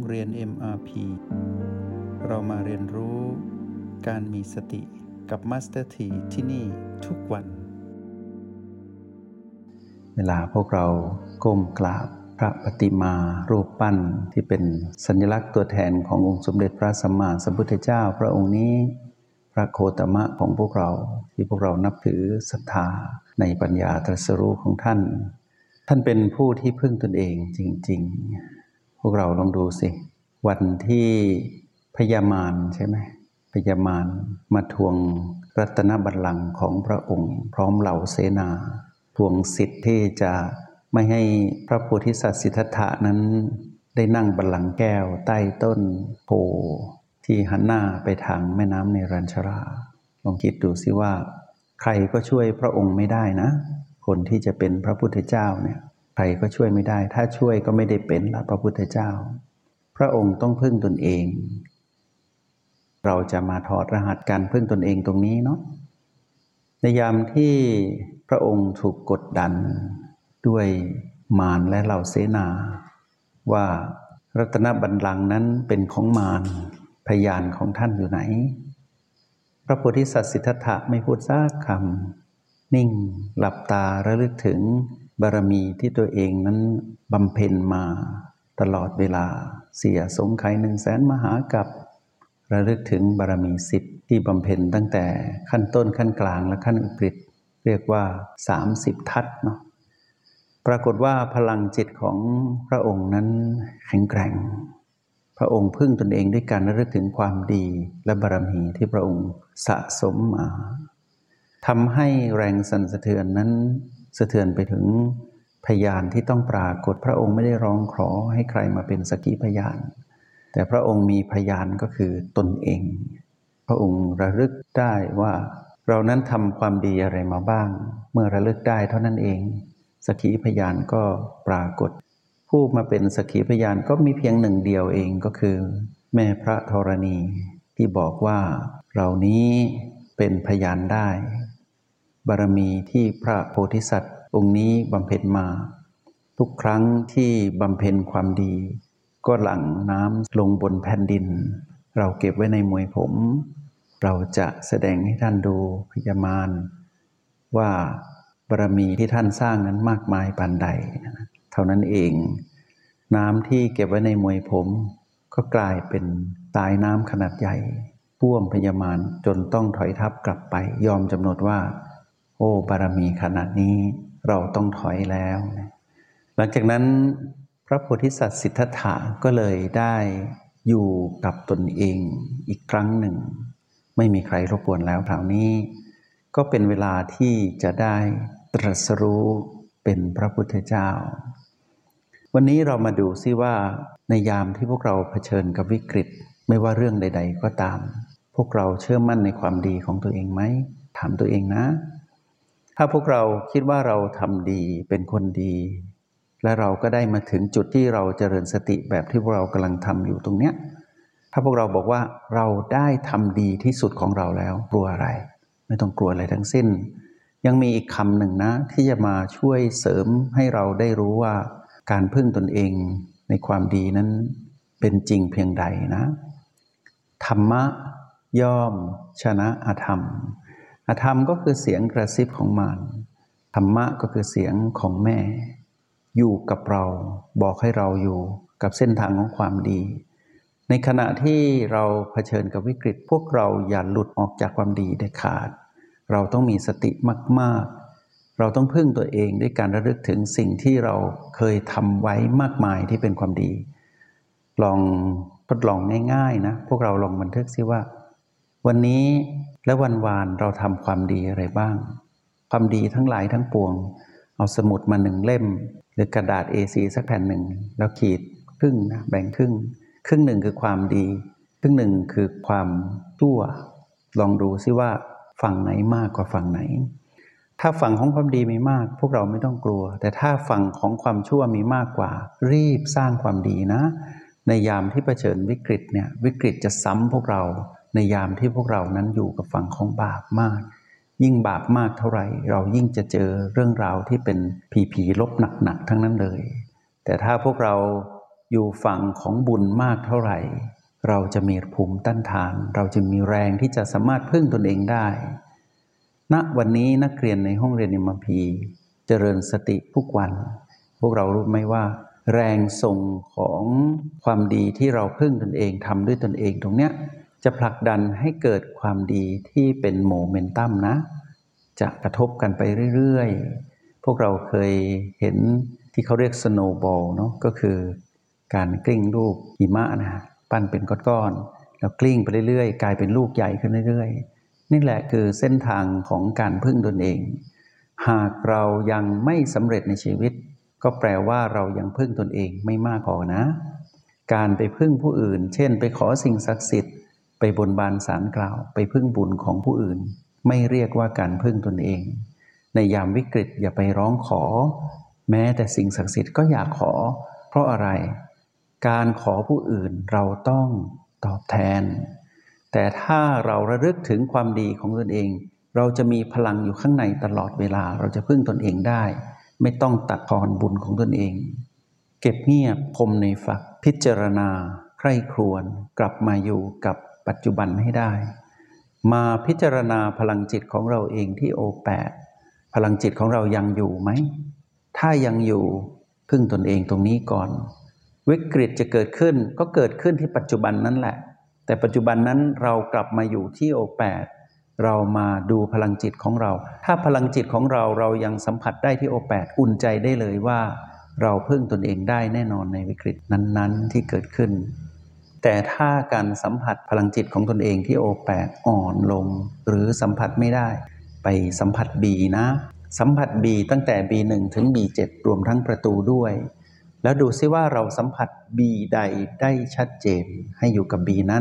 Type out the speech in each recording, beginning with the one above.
เรียน MRP เรามาเรียนรู้การมีสติกับ Master T ที่นี่ทุกวันเวลาพวกเราก้มกราบพระปฏิมารูปปั้นที่เป็นสัญลักษณ์ตัวแทนขององค์สมเด็จพระสัมมาสัมพุทธเจ้าพระองค์นี้พระโคตมะของพวกเราที่พวกเรานับถือศรัทธาในปัญญาตรัสรู้ของท่านเป็นผู้ที่พึ่งตนเองจริงๆพวกเราลองดูสิวันที่พญามารใช่ไหมพญามารมาทวงรัตนบัลลังก์ของพระองค์พร้อมเหล่าเสนาทวงสิทธิ์ที่จะไม่ให้พระโพธิสัตว์สิทธัตถะนั้นได้นั่งบัลลังก์แก้วใต้ต้นโพที่หันหน้าไปทางแม่น้ำเนรัญชราลองคิดดูสิว่าใครก็ช่วยพระองค์ไม่ได้นะคนที่จะเป็นพระพุทธเจ้าเนี่ยใครก็ช่วยไม่ได้ถ้าช่วยก็ไม่ได้เป็นละพระพุทธเจ้าพระองค์ต้องพึ่งตนเองเราจะมาถอดรหัสการพึ่งตนเองตรงนี้เนาะในยามที่พระองค์ถูกกดดันด้วยมารและเหล่าเสนาว่ารัตนบัลลังก์นั้นเป็นของมารพยานของท่านอยู่ไหนพระโพธิสัตว์สิทธัตถะไม่พูดสักคำนิ่งหลับตาระลึกถึงบารมีที่ตัวเองนั้นบำเพ็ญมาตลอดเวลาเสียสงไขย100,000 มหากัประลึกถึงบารมี10ที่บำเพ็ญตั้งแต่ขั้นต้นขั้นกลางและขั้นอุกฤษเรียกว่า30ทัศเนาะปรากฏว่าพลังจิตของพระองค์นั้นแข็งแกร่งพระองค์พึ่งตนเองด้วยการระลึกถึงความดีและบารมีที่พระองค์สะสมมาทำให้แรงสั่นสะเทือนนั้นสะเทือนไปถึงพยานที่ต้องปรากฏพระองค์ไม่ได้ร้องขอให้ใครมาเป็นสักขีพยานแต่พระองค์มีพยานก็คือตนเองพระองค์ระลึกได้ว่าเรานั้นทำความดีอะไรมาบ้างเมื่อระลึกได้เท่านั้นเองสักขีพยานก็ปรากฏผู้มาเป็นสักขีพยานก็มีเพียงหนึ่งเดียวเองก็คือแม่พระธรณีที่บอกว่าเรานี้เป็นพยานได้บารมีที่พระโพธิสัตว์องค์นี้บำเพ็ญมาทุกครั้งที่บำเพ็ญความดีก็หลั่งน้ำลงบนแผ่นดินเราเก็บไว้ในมวยผมเราจะแสดงให้ท่านดูพญามารว่าบารมีที่ท่านสร้างนั้นมากมายปานใดเท่านั้นเองน้ำที่เก็บไว้ในมวยผมก็กลายเป็นสายน้ำขนาดใหญ่ท่วมพญามารจนต้องถอยทัพกลับไปยอมจำนนว่าโอ้บารมีขนาดนี้เราต้องถอยแล้วหลังจากนั้นพระโพธิสัตว์สิทธัตถะก็เลยได้อยู่กับตนเองอีกครั้งหนึ่งไม่มีใครรบกวนแล้วคราวนี้ก็เป็นเวลาที่จะได้ตรัสรู้เป็นพระพุทธเจ้าวันนี้เรามาดูซิว่าในยามที่พวกเราเผชิญกับวิกฤตไม่ว่าเรื่องใดๆก็ตามพวกเราเชื่อมั่นในความดีของตัวเองไหมถามตัวเองนะถ้าพวกเราคิดว่าเราทำดีเป็นคนดีและเราก็ได้มาถึงจุดที่เราเจริญสติแบบที่พวกเรากำลังทำอยู่ตรงเนี้ยถ้าพวกเราบอกว่าเราได้ทำดีที่สุดของเราแล้วกลัวอะไรไม่ต้องกลัวอะไรทั้งสิ้นยังมีอีกคำหนึ่งนะที่จะมาช่วยเสริมให้เราได้รู้ว่าการพึ่งตนเองในความดีนั้นเป็นจริงเพียงใดนะธรรมะย่อมชนะอธรรมอธรรมก็คือเสียงกระซิบของมารธรรมะก็คือเสียงของแม่อยู่กับเราบอกให้เราอยู่กับเส้นทางของความดีในขณะที่เราเผชิญกับวิกฤตพวกเราอย่าหลุดออกจากความดีเด็ดขาดเราต้องมีสติมากๆเราต้องพึ่งตัวเองด้วยการระลึกถึงสิ่งที่เราเคยทำไว้มากมายที่เป็นความดีลองทดลองง่ายๆนะพวกเราลองบันทึกซิว่าวันนี้และวันวานเราทำความดีอะไรบ้างความดีทั้งหลายทั้งปวงเอาสมุดมา1 เล่มหรือกระดาษ A4 สักแผ่นหนึ่งแล้วขีดครึ่งนะแบ่งครึ่งหนึ่งคือความดีครึ่งหนึ่งคือความชั่วลองดูซิว่าฝั่งไหนมากกว่าฝั่งไหนถ้าฝั่งของความดีมีมากพวกเราไม่ต้องกลัวแต่ถ้าฝั่งของความชั่วมีมากกว่ารีบสร้างความดีนะในยามที่เผชิญวิกฤตเนี่ยวิกฤตจะซ้ำพวกเราในยามที่พวกเรานั้นอยู่กับฝั่งของบาปมากยิ่งบาปมากเท่าไหร่เรายิ่งจะเจอเรื่องราวที่เป็นผีลบหนักๆทั้งนั้นเลยแต่ถ้าพวกเราอยู่ฝั่งของบุญมากเท่าไหร่เราจะมีภูมิต้านทานเราจะมีแรงที่จะสามารถพึ่งตนเองได้ณวันนี้นักเรียนในห้องเรียนMRPเจริญสติทุกวันพวกเรารู้ไหมว่าแรงส่งของความดีที่เราพึ่งตนเองทำด้วยตนเองตรงเนี้ยจะผลักดันให้เกิดความดีที่เป็นโมเมนตัมนะจะกระทบกันไปเรื่อยๆพวกเราเคยเห็นที่เขาเรียกสโนว์บอลเนาะก็คือการกลิ้งลูกหิมะนะปั้นเป็นก้อนๆแล้วกลิ้งไปเรื่อยๆกลายเป็นลูกใหญ่ขึ้นเรื่อยๆนี่แหละคือเส้นทางของการพึ่งตนเองหากเรายังไม่สำเร็จในชีวิตก็แปลว่าเรายังพึ่งตนเองไม่มากพอนะการไปพึ่งผู้อื่นเช่นไปขอสิ่งศักดิ์สิทธิ์ไปบนบานศาลกล่าวไปพึ่งบุญของผู้อื่นไม่เรียกว่าการพึ่งตนเองในยามวิกฤตอย่าไปร้องขอแม้แต่สิ่งศักดิ์สิทธิ์ก็อยากขอเพราะอะไรการขอผู้อื่นเราต้องตอบแทนแต่ถ้าเราระลึกถึงความดีของตนเองเราจะมีพลังอยู่ข้างในตลอดเวลาเราจะพึ่งตนเองได้ไม่ต้องตัดทอนบุญของตนเองเก็บเงียบคมในฝักพิจารณาใคร่ครวญกลับมาอยู่กับปัจจุบันให้ได้มาพิจารณาพลังจิตของเราเองที่O8พลังจิตของเรายังอยู่ไหมถ้ายังอยู่พึ่งตนเองตรงนี้ก่อนวิกฤตจะเกิดขึ้นก็เกิดขึ้นที่ปัจจุบันนั้นแหละแต่ปัจจุบันนั้นเรากลับมาอยู่ที่O8เรามาดูพลังจิตของเราถ้าพลังจิตของเรายังสัมผัสได้ที่O8อุ่นใจได้เลยว่าเราพึ่งตนเองได้แน่นอนในวิกฤตนั้นๆที่เกิดขึ้นแต่ถ้าการสัมผัสพลังจิตของตนเองที่O8อ่อนลงหรือสัมผัสไม่ได้ไปสัมผัส B นะสัมผัส B ตั้งแต่ B1 ถึง B7 รวมทั้งประตูด้วยแล้วดูซิว่าเราสัมผัส B ใดได้ชัดเจนให้อยู่กับ B นั้น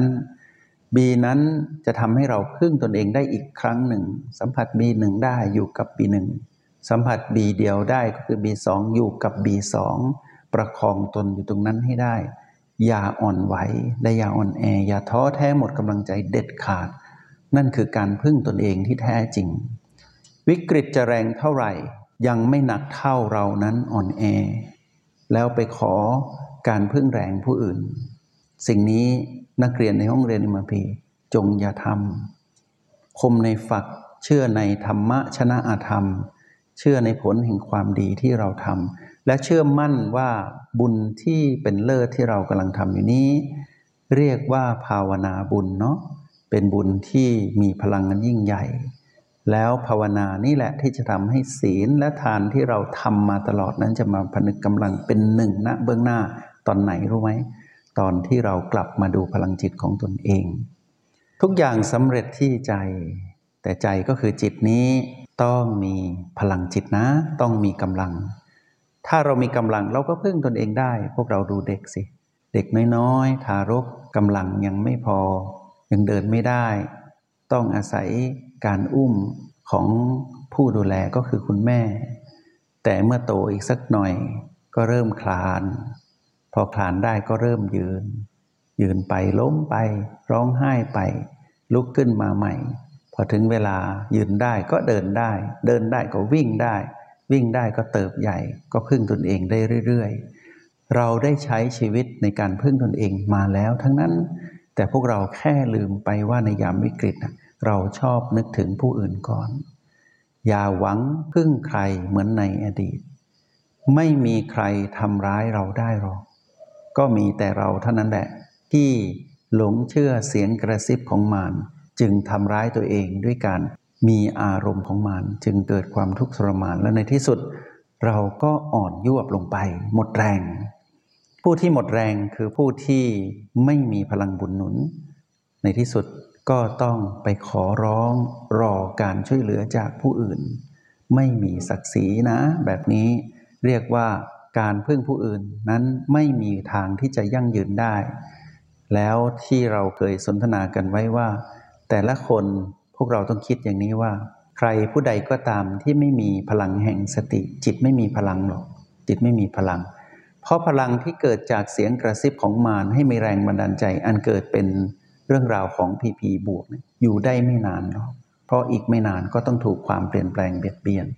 B นั้นจะทำให้เราพึ่งตนเองได้อีกครั้งหนึ่งสัมผัส B1 ได้อยู่กับ B1 สัมผัส B เดียวได้ก็คือ B2 อยู่กับ B2 ประคองตนอยู่ตรงนั้นให้ได้อย่าอ่อนไหวและอย่าอ่อนแออย่าท้อแท้หมดกำลังใจเด็ดขาดนั่นคือการพึ่งตนเองที่แท้จริงวิกฤตจะแรงเท่าไหร่ยังไม่หนักเท่าเรานั้นอ่อนแอแล้วไปขอการพึ่งแรงผู้อื่นสิ่งนี้นักเรียนในห้องเรียนMRPจงอย่าทำคมในฝักเชื่อในธรรมะชนะอาธรรมเชื่อในผลแห่งความดีที่เราทำและเชื่อมั่นว่าบุญที่เป็นเลิศที่เรากำลังทำอยู่นี้เรียกว่าภาวนาบุญเนาะเป็นบุญที่มีพลังอันยิ่งใหญ่แล้วภาวนานี่แหละที่จะทำให้ศีลและทานที่เราทำมาตลอดนั้นจะมาผนึกกำลังเป็นหนึ่งณเบื้องหน้าตอนไหนรู้ไหมตอนที่เรากลับมาดูพลังจิตของตนเองทุกอย่างสำเร็จที่ใจแต่ใจก็คือจิตนี้ต้องมีพลังจิตนะต้องมีกำลังถ้าเรามีกำลังเราก็พึ่งตนเองได้พวกเราดูเด็กสิเด็กน้อยๆทารกกำลังยังไม่พอยังเดินไม่ได้ต้องอาศัยการอุ้มของผู้ดูแลก็คือคุณแม่แต่เมื่อโตอีกสักหน่อยก็เริ่มคลานพอคลานได้ก็เริ่มยืนไปล้มไปร้องไห้ไปลุกขึ้นมาใหม่พอถึงเวลายืนได้ก็เดินได้เดินได้ก็วิ่งได้วิ่งได้ก็เติบใหญ่ก็พึ่งตนเองได้เรื่อยๆเราได้ใช้ชีวิตในการพึ่งตนเองมาแล้วทั้งนั้นแต่พวกเราแค่ลืมไปว่าในยามวิกฤตเราชอบนึกถึงผู้อื่นก่อนอย่าหวังพึ่งใครเหมือนในอดีตไม่มีใครทำร้ายเราได้หรอกก็มีแต่เราเท่านั้นแหละที่หลงเชื่อเสียงกระซิบของมารจึงทำร้ายตัวเองด้วยการมีอารมณ์ของมารจึงเกิดความทุกข์ทรมานและในที่สุดเราก็อ่อนยวบลงไปหมดแรงผู้ที่หมดแรงคือผู้ที่ไม่มีพลังบุญหนุนในที่สุดก็ต้องไปขอร้องรอการช่วยเหลือจากผู้อื่นไม่มีศักดิ์ศรีนะแบบนี้เรียกว่าการพึ่งผู้อื่นนั้นไม่มีทางที่จะยั่งยืนได้แล้วที่เราเคยสนทนากันไว้ว่าแต่ละคนพวกเราต้องคิดอย่างนี้ว่าใครผู้ใดก็ตามที่ไม่มีพลังแห่งสติจิตไม่มีพลังหรอกจิตไม่มีพลังเพราะพลังที่เกิดจากเสียงกระซิบของมารให้มีแรงบันดาลใจอันเกิดเป็นเรื่องราวของพีบวกอยู่ได้ไม่นานหรอกเพราะอีกไม่นานก็ต้องถูกความเปลี่ยนแปลงเบียดเบียน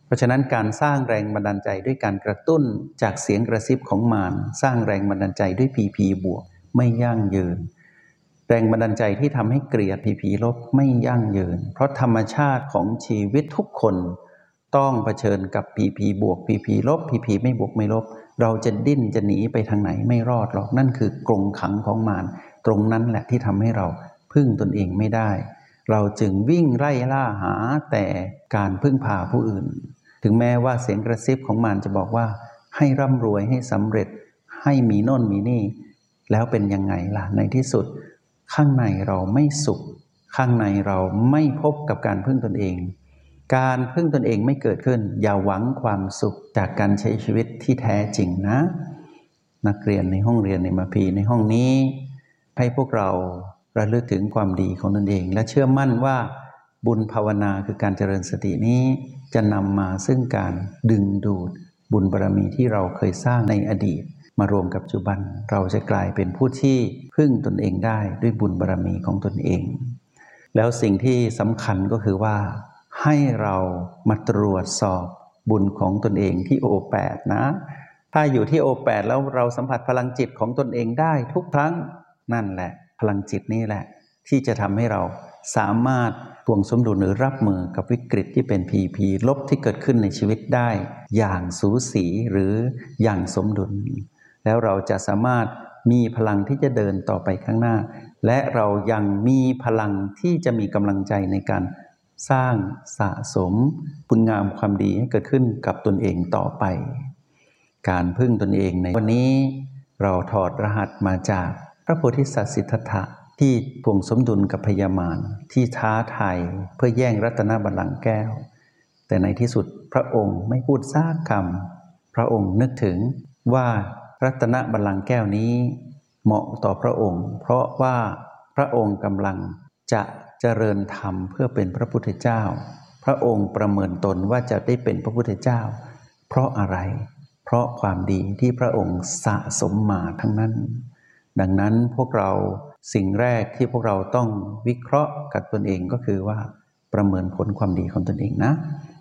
เพราะฉะนั้นการสร้างแรงบันดาลใจด้วยการกระตุ้นจากเสียงกระซิบของมารสร้างแรงบันดาลใจด้วย PP บวกไม่ยั่งยืนแรงบันดาลใจที่ทำให้เกลียด PP ลบไม่ยั่งยืนเพราะธรรมชาติของชีวิตทุกคนต้องเผชิญกับ PP บวก PP ลบ PP ไม่บวกไม่ลบเราจะดิ้นจะหนีไปทางไหนไม่รอดหรอกนั่นคือกรงขังของมารตรงนั้นแหละที่ทำให้เราพึ่งตนเองไม่ได้เราจึงวิ่งไล่ล่าหาแต่การพึ่งพาผู้อื่นถึงแม้ว่าเสียงกระซิบของมารจะบอกว่าให้ร่ำรวยให้สำเร็จให้มีโน่นมีนี่แล้วเป็นยังไงล่ะในที่สุดข้างในเราไม่สุขข้างในเราไม่พบกับการพึ่งตนเองการพึ่งตนเองไม่เกิดขึ้นอย่าหวังความสุขจากการใช้ชีวิตที่แท้จริงนะนักเรียนในห้องเรียนในMAPในห้องนี้ให้พวกเราระลึกถึงความดีของตนเองและเชื่อมั่นว่าบุญภาวนาคือการเจริญสตินี้จะนำมาซึ่งการดึงดูดบุญบารมีที่เราเคยสร้างในอดีตมารวมกับปัจจุบันเราจะกลายเป็นผู้ที่พึ่งตนเองได้ด้วยบุญบารมีของตนเองแล้วสิ่งที่สำคัญก็คือว่าให้เรามาตรวจสอบบุญของตนเองที่ O8 นะถ้าอยู่ที่ O8 แล้วเราสัมผัสพลังจิตของตนเองได้ทุกครั้งนั่นแหละพลังจิตนี่แหละที่จะทำให้เราสามารถทวงสมดุลหรือรับมือกับวิกฤตที่เป็น PP ลบที่เกิดขึ้นในชีวิตได้อย่างสูสีหรืออย่างสมดุลแล้วเราจะสามารถมีพลังที่จะเดินต่อไปข้างหน้าและเรายังมีพลังที่จะมีกำลังใจในการสร้างสะสมคุณงามความดีให้เกิดขึ้นกับตนเองต่อไปการพึ่งตนเองในวันนี้เราถอดรหัสมาจากพระโพธิสัตว์สิทธัตถะที่ทวงสมดุลกับพญามารที่ท้าทายเพื่อแย่งรัตนบัลลังก์แก้วแต่ในที่สุดพระองค์ไม่พูดสักคำพระองค์นึกถึงว่ารัตนบัลลังก์แก้วนี้เหมาะต่อพระองค์เพราะว่าพระองค์กำลังจะเจริญธรรมเพื่อเป็นพระพุทธเจ้าพระองค์ประเมินตนว่าจะได้เป็นพระพุทธเจ้าเพราะอะไรเพราะความดีที่พระองค์สะสมมาทั้งนั้นดังนั้นพวกเราสิ่งแรกที่พวกเราต้องวิเคราะห์กับตนเองก็คือว่าประเมินผลความดีของตนเองนะ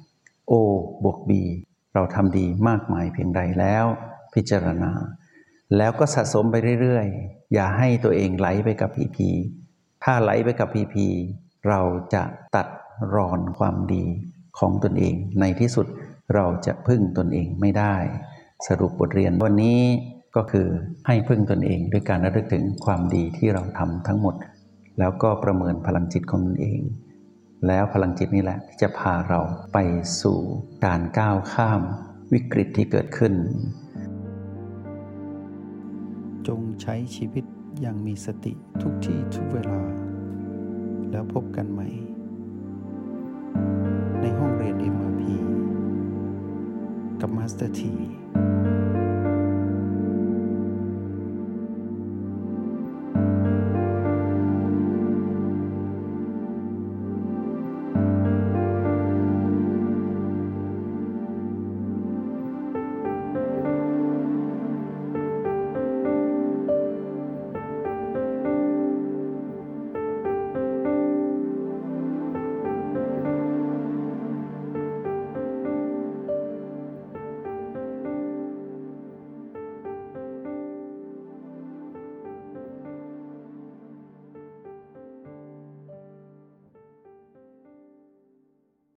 O บวก B เราทำดีมากมายเพียงใดแล้วพิจารณาแล้วก็สะสมไปเรื่อยๆอย่าให้ตัวเองไหลไปกับ PP ถ้าไหลไปกับ PP เราจะตัดรอนความดีของตนเองในที่สุดเราจะพึ่งตนเองไม่ได้สรุปบทเรียนวันนี้ก็คือให้พึ่งตนเองด้วยการระลึกถึงความดีที่เราทำทั้งหมดแล้วก็ประเมินพลังจิตของตนเองแล้วพลังจิตนี่แหละจะพาเราไปสู่การก้าวข้ามวิกฤตที่เกิดขึ้นจงใช้ชีวิตอย่างมีสติทุกที่ทุกเวลาแล้วพบกันใหม่ในห้องเรียน MRP กับมาสเตอร์ที